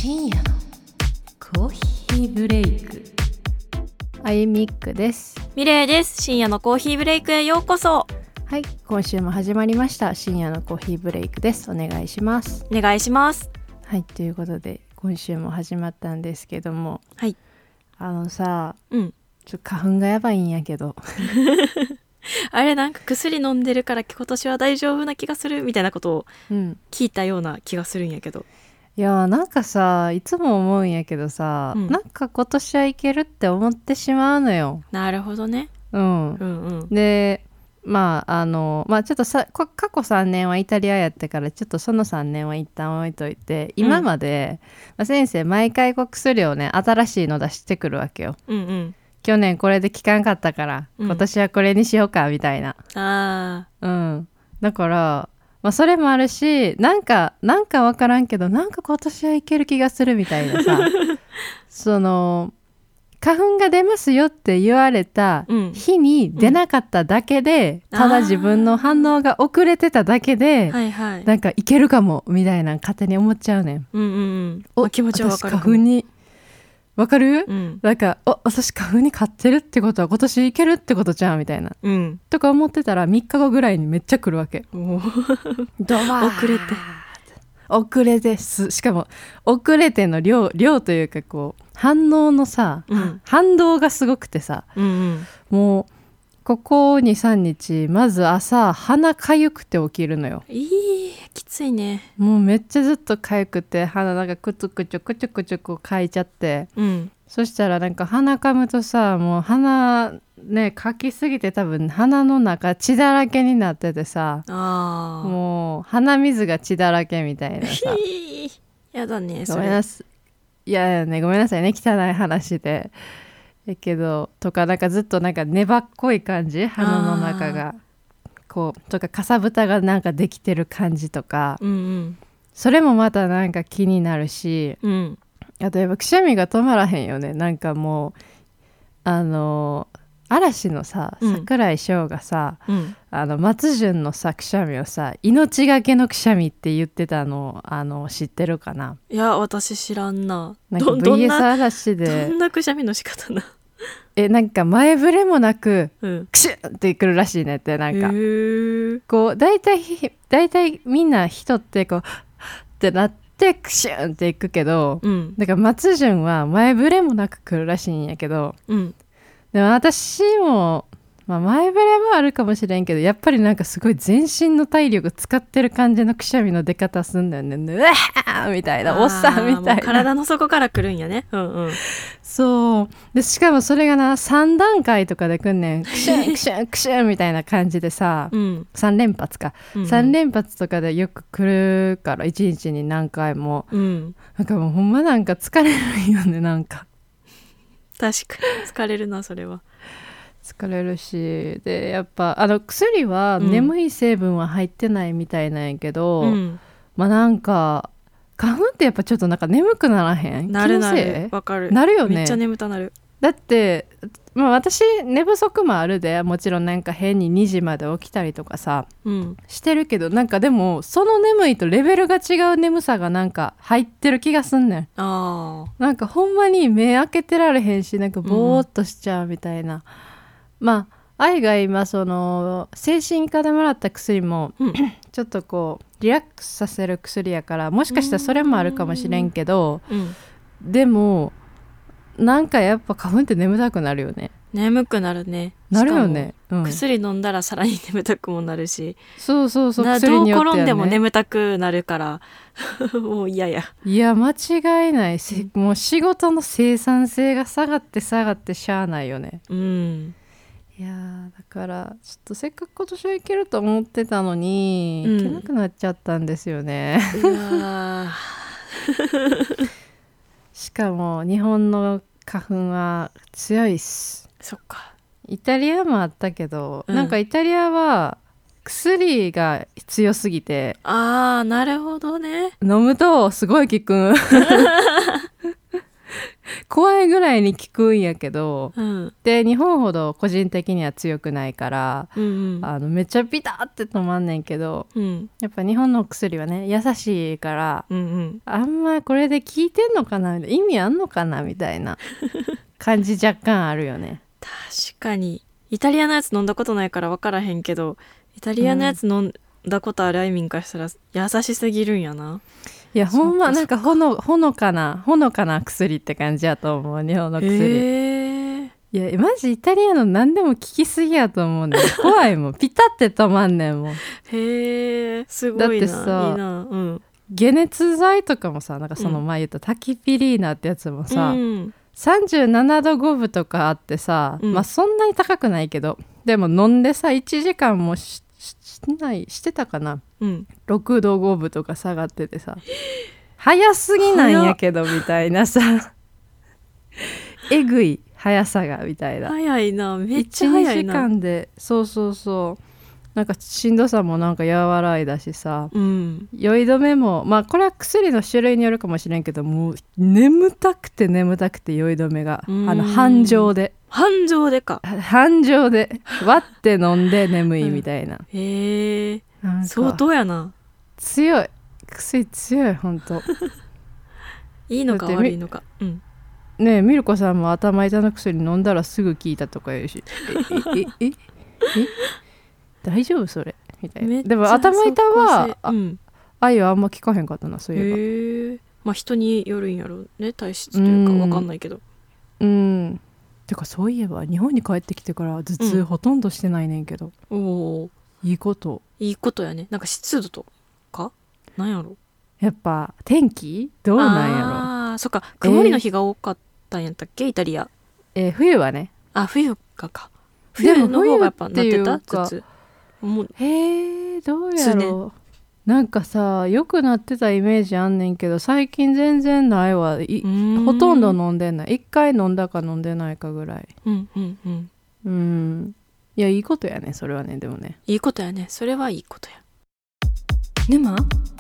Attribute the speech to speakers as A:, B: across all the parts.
A: 深夜のコーヒーブレイク。
B: あゆみっくです。
C: ミレイです。深夜のコーヒーブレイクへようこそ。
B: はい、今週も始まりました深夜のコーヒーブレイクです。お願いします。
C: お願いします。
B: はい、ということで今週も始まったんですけども、
C: はい。
B: さ、
C: うん。
B: ちょっと花粉がやばいんやけど
C: あれなんか薬飲んでるから今年は大丈夫な気がするみたいなことを聞いたような気がするんやけど、
B: いやなんかさ、いつも思うんやけどさ、なんか今年はいけるって思ってしまうのよ。
C: なるほどね。
B: うん。でちょっと過去3年はイタリアやってから、ちょっとその3年は一旦置いといて、今まで、先生毎回薬をね、新しいの出してくるわけよ。去年これで効かんかったから、今年はこれにしようかみたいな。だから、それもあるし、なんか分からんけど、なんか今年はいける気がするみたいなさ花粉が出ますよって言われた日に出なかっただけで、ただ自分の反応が遅れてただけで、なんかいけるかもみたいな勝手に思っちゃうねん。
C: 気持ちは分かる。
B: 私花粉に分かる？なんか私花粉に勝ってるってことは今年いけるってことじゃんみたいな、とか思ってたら3日後ぐらいにめっちゃ来るわけ。ドバー遅れてしかも遅れての量というか、こう反応のさ、反動がすごくてさ、もうここ 2,3 日まず朝鼻かゆくて起きるのよ。
C: きついね。も
B: うめっちゃずっとかゆくて、鼻なんかくちょくちょこうかいちゃって、そしたらなんか鼻かむとさ、もう鼻ねかきすぎて多分鼻の中血だらけになっててさ、もう鼻水が血だらけみたいなさ
C: やだねそれ。
B: いやね、ごめんなさいね、汚い話で。だけどとか、なんかずっとなんか粘っこい感じ、鼻の中がこうとか、かさぶたがなんかできてる感じとか、それもまたなんか気になるし、あとやっぱくしゃみが止まらへんよね。なんかもう嵐のさ、櫻井翔がさ、松潤のさくしゃみをさ、命がけのくしゃみって言ってたの知ってるかな？
C: いや私知らんな。
B: なんか VS 嵐で
C: どんなくしゃみの仕方な。
B: なんか前触れもなく、クシュンってくるらしいねって。なんかこう大体みんな人ってこうってなってクシュンっていくけど、だから松潤は前触れもなくくるらしいんやけど、でも私も、前触れはあるかもしれんけど、やっぱりなんかすごい全身の体力使ってる感じのくしゃみの出方すんだよね。うわーみたいな、おっさんみたいな。
C: 体の底からくるんやね。
B: そうで、しかもそれがな3段階とかでくんねん。クシュンクシュンクシュンみたいな感じでさ、3連発か、3連発とかでよく来るから、1日に何回も、なんかもうほんまなんか疲れるよね。なんか
C: 確かに疲れるな、それは。
B: 疲れるし、でやっぱ薬は眠い成分は入ってないみたいなんやけど、なんか花粉ってやっぱちょっとなんか眠くならへん？
C: なるわかる。
B: なるよね。
C: めっちゃ眠たなる。
B: だって私寝不足もあるで、もちろんなんか変に2時まで起きたりとかさ、してるけど、なんかでもその眠いとレベルが違う眠さがなんか入ってる気がすんねん。なんかほんまに目開けてられへんし、なんかぼーっとしちゃうみたいな。愛が今その精神科でもらった薬も、ちょっとこうリラックスさせる薬やから、もしかしたらそれもあるかもしれんけど、でもなんかやっぱ花粉って眠たくなるよね。
C: 眠くなるね。
B: なるよね、
C: 薬飲んだらさらに眠たくもなるし、
B: そう
C: 薬によってはね、どう転んでも眠たくなるからもう嫌や。
B: いや間違いない、もう仕事の生産性が下がってしゃあないよね。いやだからちょっとせっかく今年はいけると思ってたのに、いけなくなっちゃったんですよね。しかも日本の花粉は強いっす。
C: そっか。
B: イタリアもあったけど、なんかイタリアは薬が強すぎて、
C: なるほどね。
B: 飲むとすごい効くん怖いぐらいに効くんやけど、
C: うん、
B: で日本ほど個人的には強くないから、
C: うんうん、
B: めっちゃピタって止まんねんけど、
C: うん、
B: やっぱ日本の薬はね優しいから、
C: うんうん、
B: あんまこれで効いてんのかな、意味あんのかなみたいな感じ若干あるよね。
C: 確かにイタリアのやつ飲んだことないから分からへんけど、イタリアのやつ飲んだことあるあいみんからしたら優しすぎるんやな。
B: いやほんまなんかほのかな薬って感じやと思う、日本の薬。いやマジイタリアの何でも効きすぎやと思うねん。怖いもんピタって止まんねんもん。
C: へえ、すごいな。
B: だってさ、
C: いいな、うん、
B: 解熱剤とかもさ、なんかその前言ったタキピリーナってやつもさ、
C: うん、
B: 37度5分とかあってさ、
C: うん、
B: まあそんなに高くないけど、でも飲んでさ1時間もしてたかな、
C: うん、
B: 6度5分とか下がっててさ、早すぎなんやけどみたいなさえぐい速さがみたいな。
C: 早いな、めっちゃ早いな。
B: 1、2時間でそうなんかしんどさもなんか和らいだしさ、
C: うん、
B: 酔い止めもまあこれは薬の種類によるかもしれんけど、もう眠たくて酔い止めが反常で割って飲んで眠いみたいな、
C: へえ、相当やな。
B: 強い薬強いほんと
C: いいのか悪いのか、うん、
B: ねえミルコさんも頭痛の薬飲んだらすぐ効いたとか言うしえ大丈夫それみたいな。でも頭痛は愛はあんま効かへんかったな、そういえば。
C: へえ、まあ人によるんやろね、体質というか分かんないけど。
B: てかそういえば日本に帰ってきてから頭痛ほとんどしてないねんけど、
C: お
B: いいこと
C: やね。なんか湿度とかなんやろ、
B: やっぱ天気どうなんやろ。
C: あー、そっか、曇りの日が多かったんやったっけ、イタリア。
B: 冬はね。
C: 冬冬の方がやっぱなってた頭痛。
B: もうどうやろう、なんかさ良くなってたイメージあんねんけど、最近全然ないわ。ほとんど飲んでない。1回飲んだか飲んでないかぐらい。いやいいことやねそれはね。でもね
C: いいことやね、それはいいことや。
B: 沼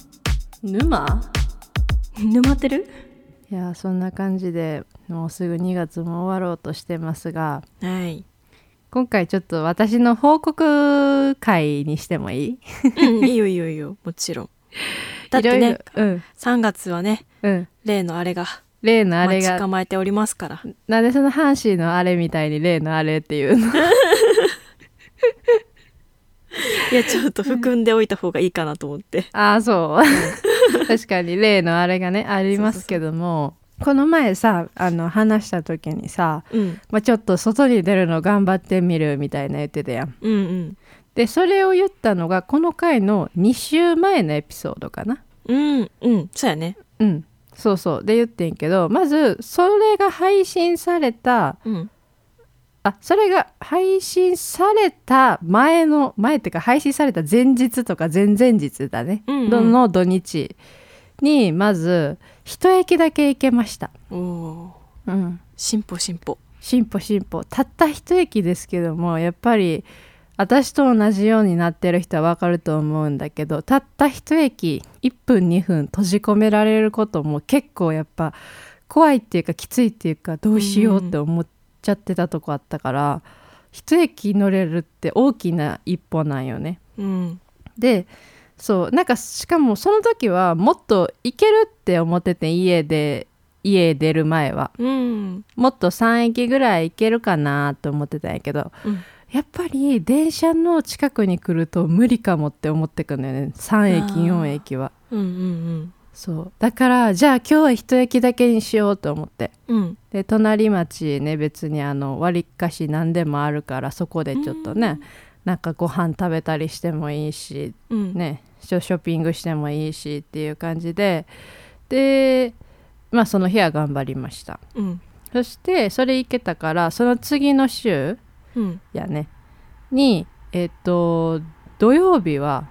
C: ってる。
B: いやそんな感じでもうすぐ2月も終わろうとしてますが、
C: はい、
B: 今回ちょっと私の報告会にしてもいい？
C: いいよもちろん。だってね、3月はね、例のあれが待ち構えておりますから。
B: なんでその阪神のあれみたいに例のあれっていうの
C: いやちょっと含んでおいた方がいいかなと思って。
B: ああそう確かに例のあれがねありますけども、この前さ話した時にさ、ちょっと外に出るの頑張ってみるみたいな言ってたやん。でそれを言ったのがこの回の2週前のエピソードかな。
C: そうやね。
B: そうで言ってんけど、まずそれが配信された、それが配信された前っていうか配信された前日とか前々日だね、の土日にまず一駅だけ行けました。
C: 進歩
B: たった一駅ですけども、やっぱり私と同じようになってる人は分かると思うんだけど、たった一駅1分2分閉じ込められることも結構やっぱ怖いっていうかきついっていうか、どうしようって思っちゃってたとこあったから、一駅乗れるって大きな一歩なんよね。でそうなんかしかもその時はもっと行けるって思ってて、家出る前は、もっと3駅ぐらい行けるかなと思ってたんやけど、やっぱり電車の近くに来ると無理かもって思ってくんだよね、3駅4駅は。そうだからじゃあ今日は一駅だけにしようと思って、で隣町ね別に割りかし何でもあるから、そこでちょっとね、なんかご飯食べたりしてもいいし、ねショッピングしてもいいしっていう感じで、その日は頑張りました。そしてそれ行けたから、その次の週やね、に土曜日は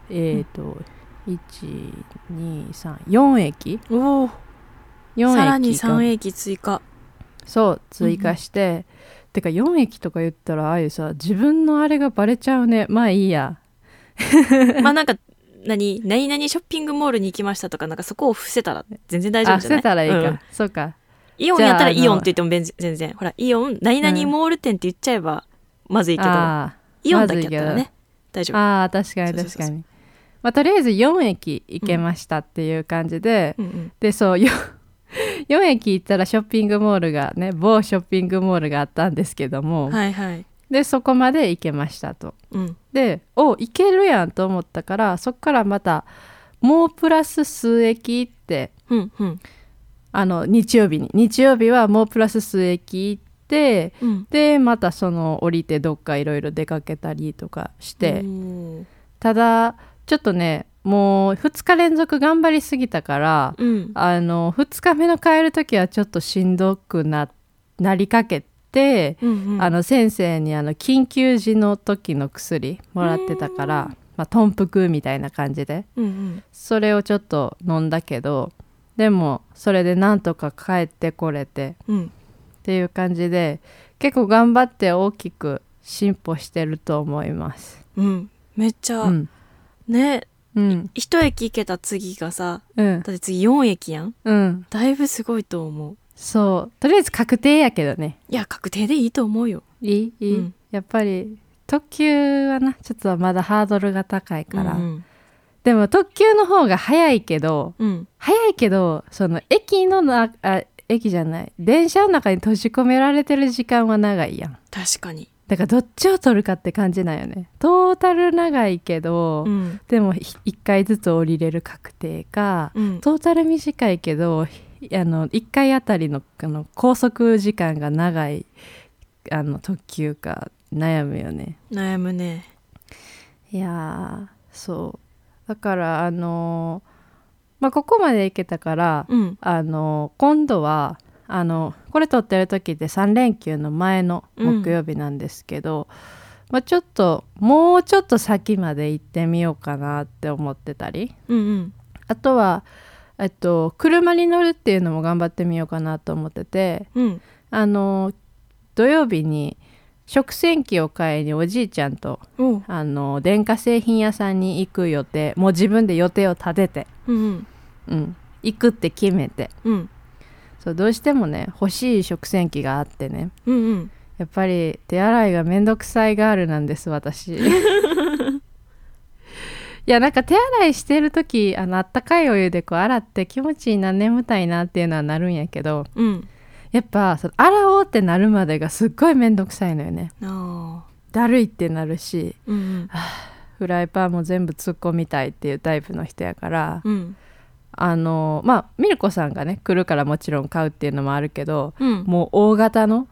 B: 1,2,3,4駅
C: さらに3駅追加
B: して、てか4駅とか言ったらああいうさ自分のあれがバレちゃうね。まあいいや
C: なんか何々ショッピングモールに行きましたとか、なんかそこを伏せたら全然大丈夫じゃない？
B: 伏せたらいいか、そうか。
C: イオンやったらイオンって言っても全然ほらイオン何々モール店って言っちゃえばまずいけど、イオンだけやったらね大丈夫。
B: ああ確かに確かに。まあ、とりあえず4駅行けましたっていう感じで、でそう4駅行ったらショッピングモールがね、某ショッピングモールがあったんですけども、
C: はいはい、
B: でそこまで行けましたと、で行けるやんと思ったから、そこからまたもうプラス数駅行って、日曜日はもうプラス数駅行って、でまたその降りてどっかいろいろ出かけたりとかして、ただちょっとねもう2日連続頑張りすぎたから、2日目の帰る時はちょっとしんどく なりかけて、先生に緊急時の時の薬もらってたから、豚腹みたいな感じで、それをちょっと飲んだけど、でもそれでなんとか帰ってこれて、っていう感じで結構頑張って大きく進歩してると思います。
C: めっちゃ、ね、1駅行けた次がさ、だって次4駅やん、だいぶすごいと思う。
B: そうとりあえず確定やけどね。
C: いや確定でいいと思うよ。
B: いい、やっぱり特急はなちょっとまだハードルが高いから、でも特急の方が早いけど、その駅じゃない電車の中に閉じ込められてる時間は長いやん。
C: 確かに。
B: だからどっちを取るかって感じなんよね。トータル長いけど、でも1回ずつ降りれる確定か、トータル短いけど1回あたりの拘束時間が長い特急か悩むよね。
C: 悩むね。
B: いやそうだからここまで行けたから、今度はこれ撮ってる時って3連休の前の木曜日なんですけど、もうちょっと先まで行ってみようかなって思ってたり、あとは車に乗るっていうのも頑張ってみようかなと思ってて、土曜日に食洗機を買いにおじいちゃんと電化製品屋さんに行く予定、もう自分で予定を立てて、行くって決めて、そうどうしてもね欲しい食洗機があってね、やっぱり手洗いがめんどくさいガールなんです私。いやなんか手洗いしてる時あったかいお湯でこう洗って気持ちいいな眠たいなっていうのはなるんやけど、やっぱ洗おうってなるまでがすっごいめんどくさいのよね。だるいってなるし、フライパンも全部突っ込みたいっていうタイプの人やから、ミルコさんがね来るからもちろん買うっていうのもあるけど、もう大型の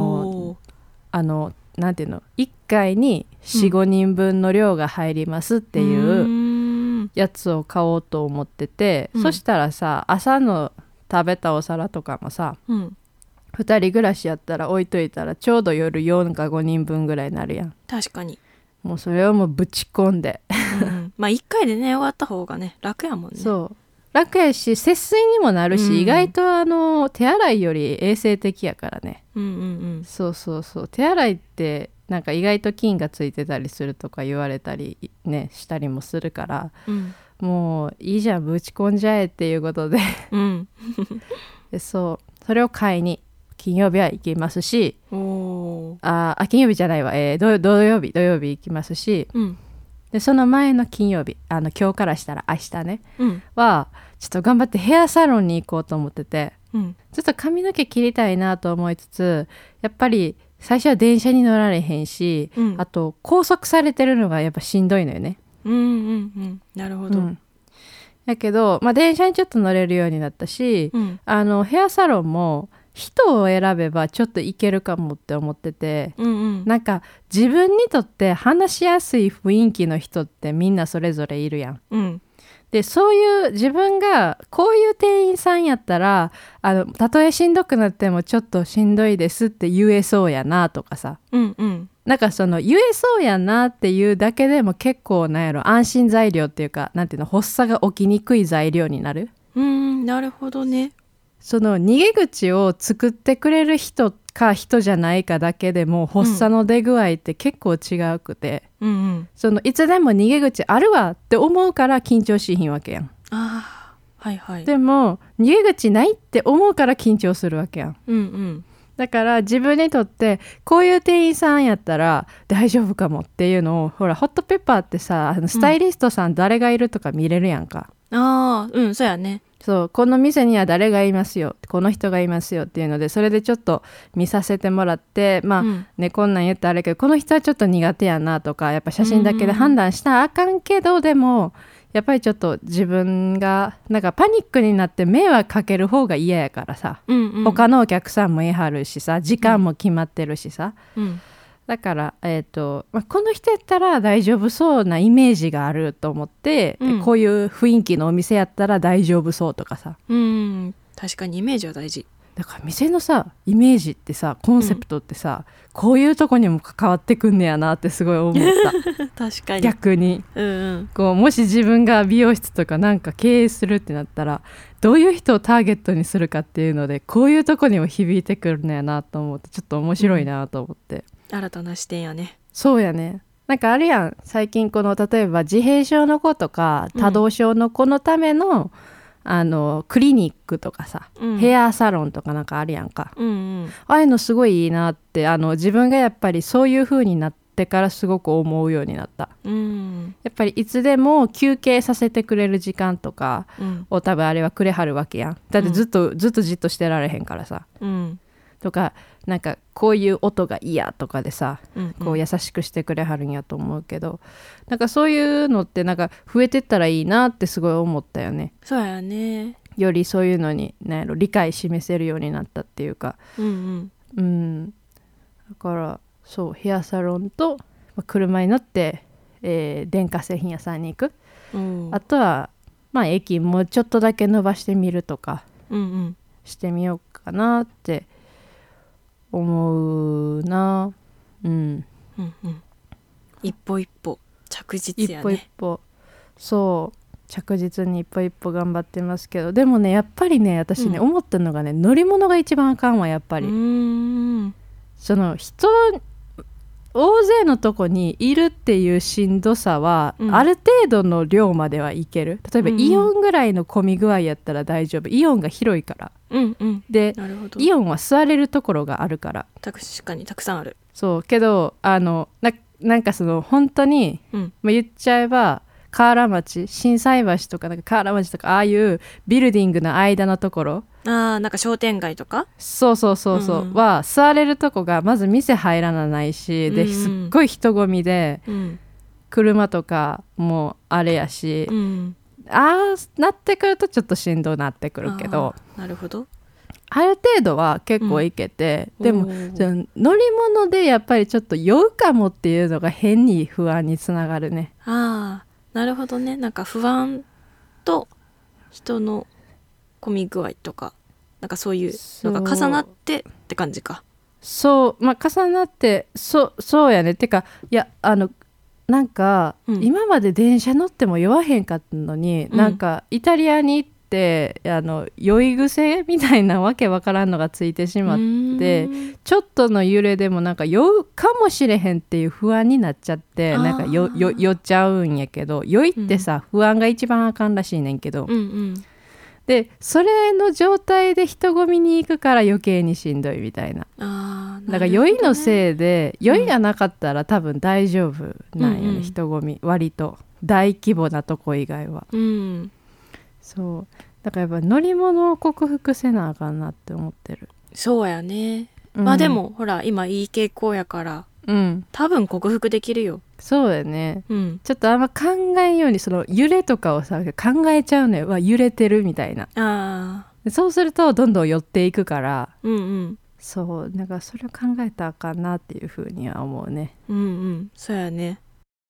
B: なんていうの1回に 4,5 人分の量が入りますっていうやつを買おうと思ってて、そしたらさ朝の食べたお皿とかもさ、2人暮らしやったら置いといたらちょうど夜4か5人分ぐらいになるやん。
C: 確かに。
B: もうそれをもうぶち込んで、
C: 1回でね終わった方がね楽やもんね。
B: そう楽やし節水にもなるし、意外と手洗いより衛生的やからね。そう手洗いってなんか意外と菌がついてたりするとか言われたりねしたりもするから、もういいじゃんぶち込んじゃえっていうことで、でそれを買いに金曜日は行きますし、金曜日じゃないわ、土曜日行きますし、でその前の金曜日今日からしたら明日ね、はちょっと頑張ってヘアサロンに行こうと思ってて、ちょっと髪の毛切りたいなと思いつつ、やっぱり最初は電車に乗られへんし、あと拘束されてるのがやっぱしんどいのよね。
C: なるほど。
B: だけど、電車にちょっと乗れるようになったし、ヘアサロンも人を選べばちょっといけるかもって思ってて、なんか自分にとって話しやすい雰囲気の人ってみんなそれぞれいるやん。でそういう自分がこういう店員さんやったらたとえしんどくなってもちょっとしんどいですって言えそうやなとかさ、なんかその言えそうやなっていうだけでも結構なんやろ安心材料っていうか、なんていうの発作が起きにくい材料になる。
C: なるほどね。
B: その逃げ口を作ってくれる人か人じゃないかだけでも発作の出具合って結構違うくて、そのいつでも逃げ口あるわって思うから緊張しひんわけやん。
C: はいはい。
B: でも逃げ口ないって思うから緊張するわけやん。
C: うんうん。
B: だから自分にとってこういう店員さんやったら大丈夫かもっていうのを、ほらホットペッパーってさ、スタイリストさん誰がいるとか見れるやんか、
C: ああ、うん、そうやね。
B: そう、この店には誰がいますよ、この人がいますよっていうので、それでちょっと見させてもらって、まあ、ね、こんなん言ったらあれけど、この人はちょっと苦手やなとか、やっぱ写真だけで判断したらあかんけど、でもやっぱりちょっと自分がなんかパニックになって迷惑かける方が嫌やからさ、他のお客さんもいはるしさ、時間も決まってるしさ、だから、この人やったら大丈夫そうなイメージがあると思って、こういう雰囲気のお店やったら大丈夫そうとかさ、
C: 確かにイメージは大事
B: だから店のさイメージってさ、コンセプトってさ、こういうとこにも関わってくんねやなってすごい思った
C: 確かに
B: 逆に、こうもし自分が美容室とかなんか経営するってなったら、どういう人をターゲットにするかっていうので、こういうとこにも響いてくるんやなと思って、ちょっと面白いなと思って、
C: 新たな視点やね。
B: そうやね。なんかあるやん、最近この例えば自閉症の子とか多動症の子のための、クリニックとかさ、ヘアサロンとかなんかあるやんか、ああいうのすごいいいなって、自分がやっぱりそういう風になってからすごく思うようになった、やっぱりいつでも休憩させてくれる時間とかを多分あれはくれはるわけやん。だってずっとじっとしてられへんからさ、とかなんかこういう音が嫌とかでさ、こう優しくしてくれはるんやと思うけど、なんかそういうのってなんか増えてったらいいなってすごい思ったよね。
C: そうやね。
B: よりそういうのに何やろ、理解示せるようになったっていうか、だからそう、ヘアサロンと、車に乗って、電化製品屋さんに行く、あとは駅もうちょっとだけ伸ばしてみるとか、してみようかなって思うな。
C: 一歩一歩着実やね。
B: 一歩そう着実に一歩一歩頑張ってますけど、でもねやっぱりね私ね、思ったのがね、乗り物が一番あかんわやっぱり。その人大勢のとこにいるっていうしんどさは、ある程度の量まではいける。例えば、イオンぐらいの混み具合やったら大丈夫。イオンが広いから、でイオンは座れるところがあるから。
C: 確かにたくさんある。
B: そうけどなんかその本当に、言っちゃえば河原町、心斎橋とか、なんか河原町とか、ああいうビルディングの間のところ、
C: なんか商店街とか、
B: そう、は座れるとこがまず店入らないし、ですっごい人混みで、車とかもあれやし、なってくるとちょっとしんどなってくるけど、
C: なるほど、
B: ある程度は結構いけて、でも乗り物でやっぱりちょっと酔うかもっていうのが変に不安につながるね。
C: なるほどね。なんか不安と人の混み具合とか、なんかそういうのが重なってって感じか。そう、
B: 重なってそうやね。てかいやなんか、今まで電車乗っても酔わへんかったのに、なんかイタリアに行って酔い癖みたいなわけわからんのがついてしまって、ちょっとの揺れでもなんか酔うかもしれへんっていう不安になっちゃって、なんか酔っちゃうんやけど、酔いってさ、不安が一番あかんらしいねんけど、でそれの状態で人混みに行くから余計にしんどいみたいな。だから酔いのせいで、酔いがなかったら多分大丈夫なんよね、人混み割と大規模なとこ以外は、そうだからやっぱ乗り物を克服せなあかんなって思ってる。
C: そうやね、でもほら今いい傾向やから、多分克服できるよ。
B: そうやね、ちょっとあんま考えんように、その揺れとかをさ考えちゃうのよ。揺れてるみたいな。そうするとどんどん寄っていくから、そうなんかそれを考えたらあかんなっていうふうには思うね。
C: そうやね。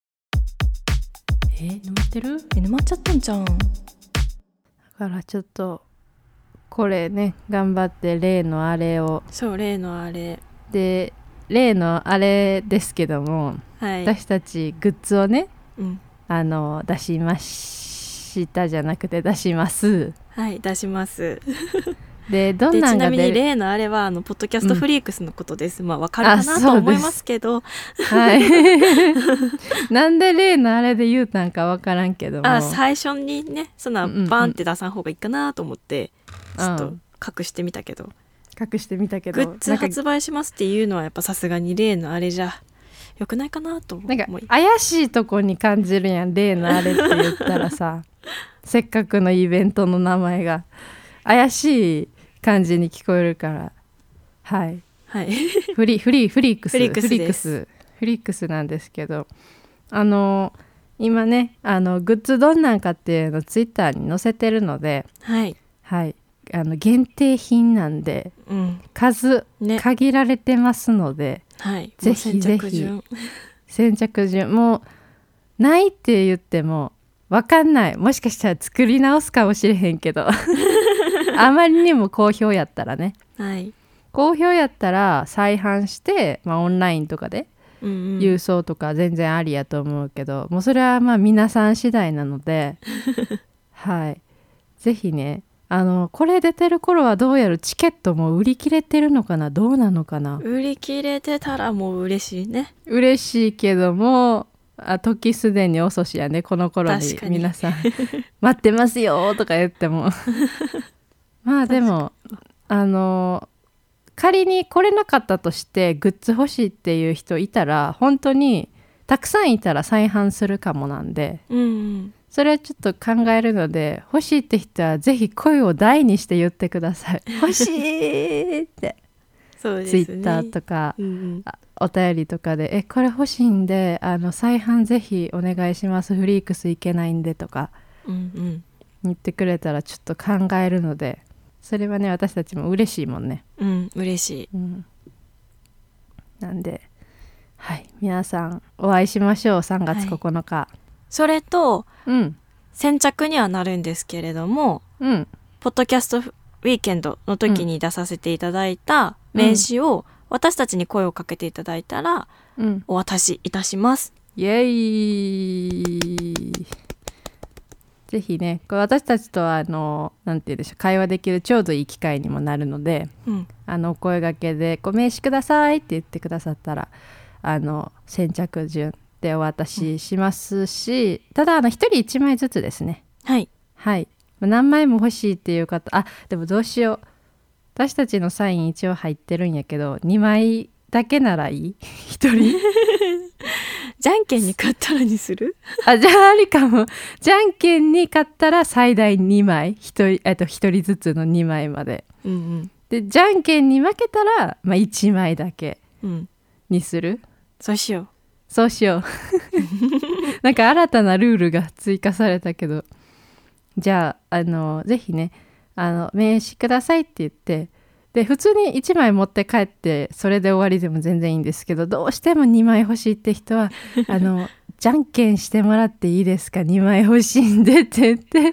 B: 沼ってる？
C: 沼っちゃったんじゃん。
B: だからちょっとこれね頑張って例のあれを。
C: そう、例のあれ
B: で、例のあれですけども、私たちグッズをね、出しましたじゃなくて出します。
C: 出します
B: でどんなんが出る。
C: でちなみに例のあれはポッドキャストフリークスのことです、まあわかるかなと思いますけど、
B: はいなんで例のあれで言うたんかわからんけども、
C: 最初にねそんなバンって出さん方がいいかなと思って、ちょっと隠してみたけど、グッズ発売しますっていうのはやっぱさすがに例のあれじゃよくないかなと思い。
B: なんか怪しいとこに感じるやん、例のあれって言ったらさせっかくのイベントの名前が怪しい感じに聞こえるから、はい
C: はい
B: フリークスなんですけど、今ねグッズどんなんかっていうのをツイッターに載せてるので、
C: はい
B: はい、限定品なんで、数限られてますので、
C: はい、
B: ぜひぜひ先着順もうないって言っても分かんない、もしかしたら作り直すかもしれへんけどあまりにも好評やったらね、
C: はい、
B: 好評やったら再販して、オンラインとかで郵送とか全然ありやと思うけど、もうそれはまあ皆さん次第なのではいぜひね、これ出てる頃はどうやらチケットも売り切れてるのかな、どうなのかな。
C: 売り切れてたらもう嬉しいね。
B: 嬉しいけども時すでに遅しやね、この頃に皆さん待ってますよとか言ってもまあでも仮に来れなかったとしてグッズ欲しいっていう人いたら、本当にたくさんいたら再販するかもなんで、それはちょっと考えるので、欲しいって人はぜひ声を大にして言ってください欲しいって
C: そうですね、
B: ツイッターとか、お便りとかでこれ欲しいんで再販ぜひお願いします、フリークスいけないんでとか、言ってくれたらちょっと考えるので、それはね私たちも嬉しいもんね。
C: 嬉しい、
B: なんではい皆さんお会いしましょう、3月9日、
C: それと、先着にはなるんですけれども、ポッドキャストウィーケンドの時に出させていただいた名刺を、私たちに声をかけていただいたら、お渡しいたします。
B: イエーイ。ぜひね、これ私たちとはなんて言うでしょう、会話できるちょうどいい機会にもなるので、お声掛けで名刺くださいって言ってくださったら先着順でお渡ししますし、ただ1人1枚ずつですね。
C: はい
B: 何枚も欲しいっていう方、でもどうしよう、私たちのサイン一応入ってるんやけど2枚だけならいい1人
C: じゃんけんに勝ったらにする？
B: じゃあありかも。じゃんけんに勝ったら最大2枚 1人ずつの2枚まで、でじゃんけんに負けたら、1枚だけにする、
C: そうしよ
B: うなんか新たなルールが追加されたけど、じゃあぜひね名刺くださいって言って、で普通に1枚持って帰ってそれで終わりでも全然いいんですけど、どうしても2枚欲しいって人はじゃんけんしてもらっていいですか、2枚欲しいんでって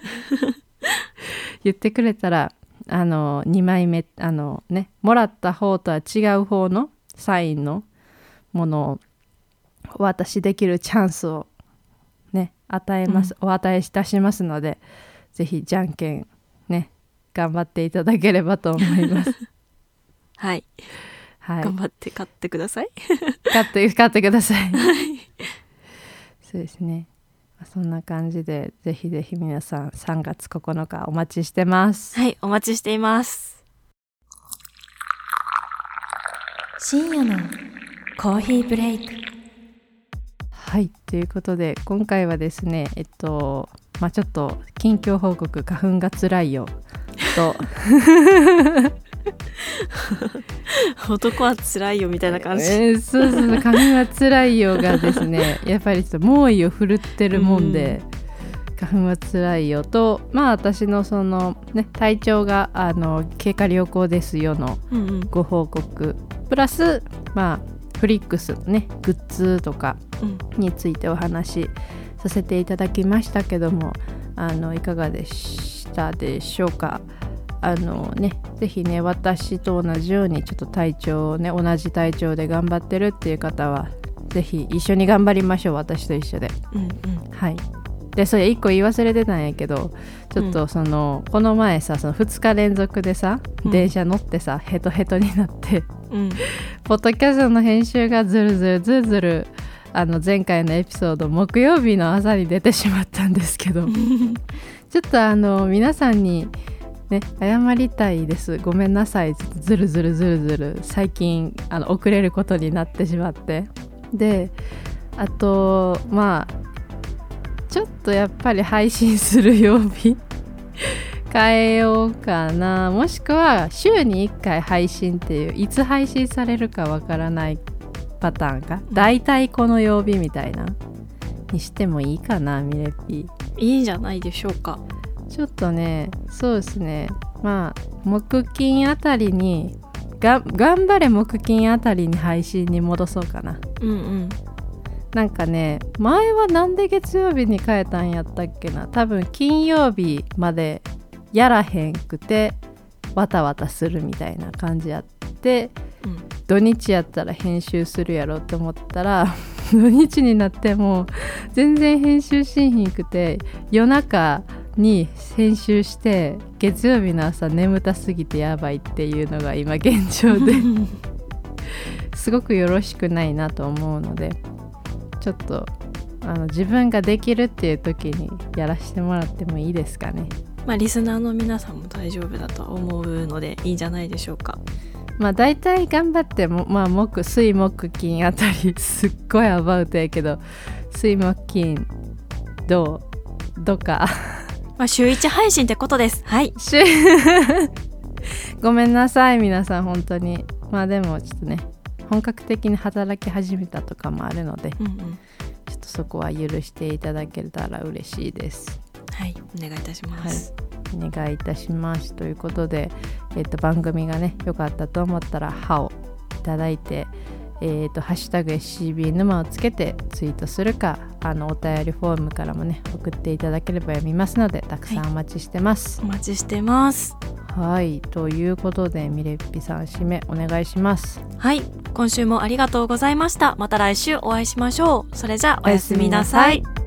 B: 言ってくれたら2枚目もらった方とは違う方のサインのものをお渡しできるチャンスをねお与えいたしますので、ぜひじゃんけんね頑張っていただければと思います
C: はい、頑張って買ってください
B: 買ってくださいそうですね、そんな感じでぜひぜひ皆さん3月9日お待ちしてます。
C: はい、お待ちしています。
A: 深夜のコーヒーブレイク。
B: はい、ということで今回はですねちょっと近況報告、花粉がつらいよと
C: 男はつらいよみたいな感じ、
B: そう花粉はつらいよがですねやっぱりちょっと猛威を振るってるもんで、花粉はつらいよと、私のそのね体調が経過良好ですよのご報告、プラスフリックスねグッズとかについてお話しさせていただきましたけども、いかがでしたでしょうか。ぜひね私と同じようにちょっと体調をね同じ体調で頑張ってるっていう方はぜひ一緒に頑張りましょう、私と一緒で、はい、 でそれ1個言い忘れてたんやけど、ちょっとこの前さ、その2日連続でさ、電車乗ってさヘトヘトになって、ポッドキャストの編集がずるずる前回のエピソード木曜日の朝に出てしまったんですけどちょっと皆さんにね謝りたいです。ごめんなさい。ちょっとずる最近遅れることになってしまって、であとまあちょっとやっぱり配信する曜日変えようかな、もしくは週に1回配信っていう、いつ配信されるかわからないパターンか、だいたいこの曜日みたいなにしてもいいかな。ミレピ
C: いいんじゃないでしょうか。
B: ちょっとね、そうですね、まあ木金あたりに頑張れ、木金あたりに配信に戻そうかな。なんかね、前はなんで月曜日に変えたんやったっけな。多分金曜日までやらへんくてわたわたするみたいな感じやって、土日やったら編集するやろって思ったら土日になっても全然編集しんひんくて、夜中に編集して月曜日の朝眠たすぎてやばいっていうのが今現状ですごくよろしくないなと思うので、ちょっと自分ができるっていう時にやらせてもらってもいいですかね。
C: まあリスナーの皆さんも大丈夫だと思うのでいいんじゃないでしょうか。
B: まあ大体頑張っても、まあ水木金あたりすっごいアバウトやけど、水木金どうか
C: まあ週1配信ってことです。はい
B: ごめんなさい皆さん本当に。まあでもちょっとね、本格的に働き始めたとかもあるので、ちょっとそこは許していただけたら嬉しいです。
C: はい、お願いいたします。
B: お願いいたします。ということで、番組がね良かったと思ったら歯をいただいて、ハッシュタグ SCB 沼をつけてツイートするか、お便りフォームからもね送っていただければ読みますので、たくさんお待ちしてます。
C: お待ちしてます。
B: はい、ということでミレッピさん締めお願いします。
C: はい、今週もありがとうございました。また来週お会いしましょう。それじゃあおやすみなさい。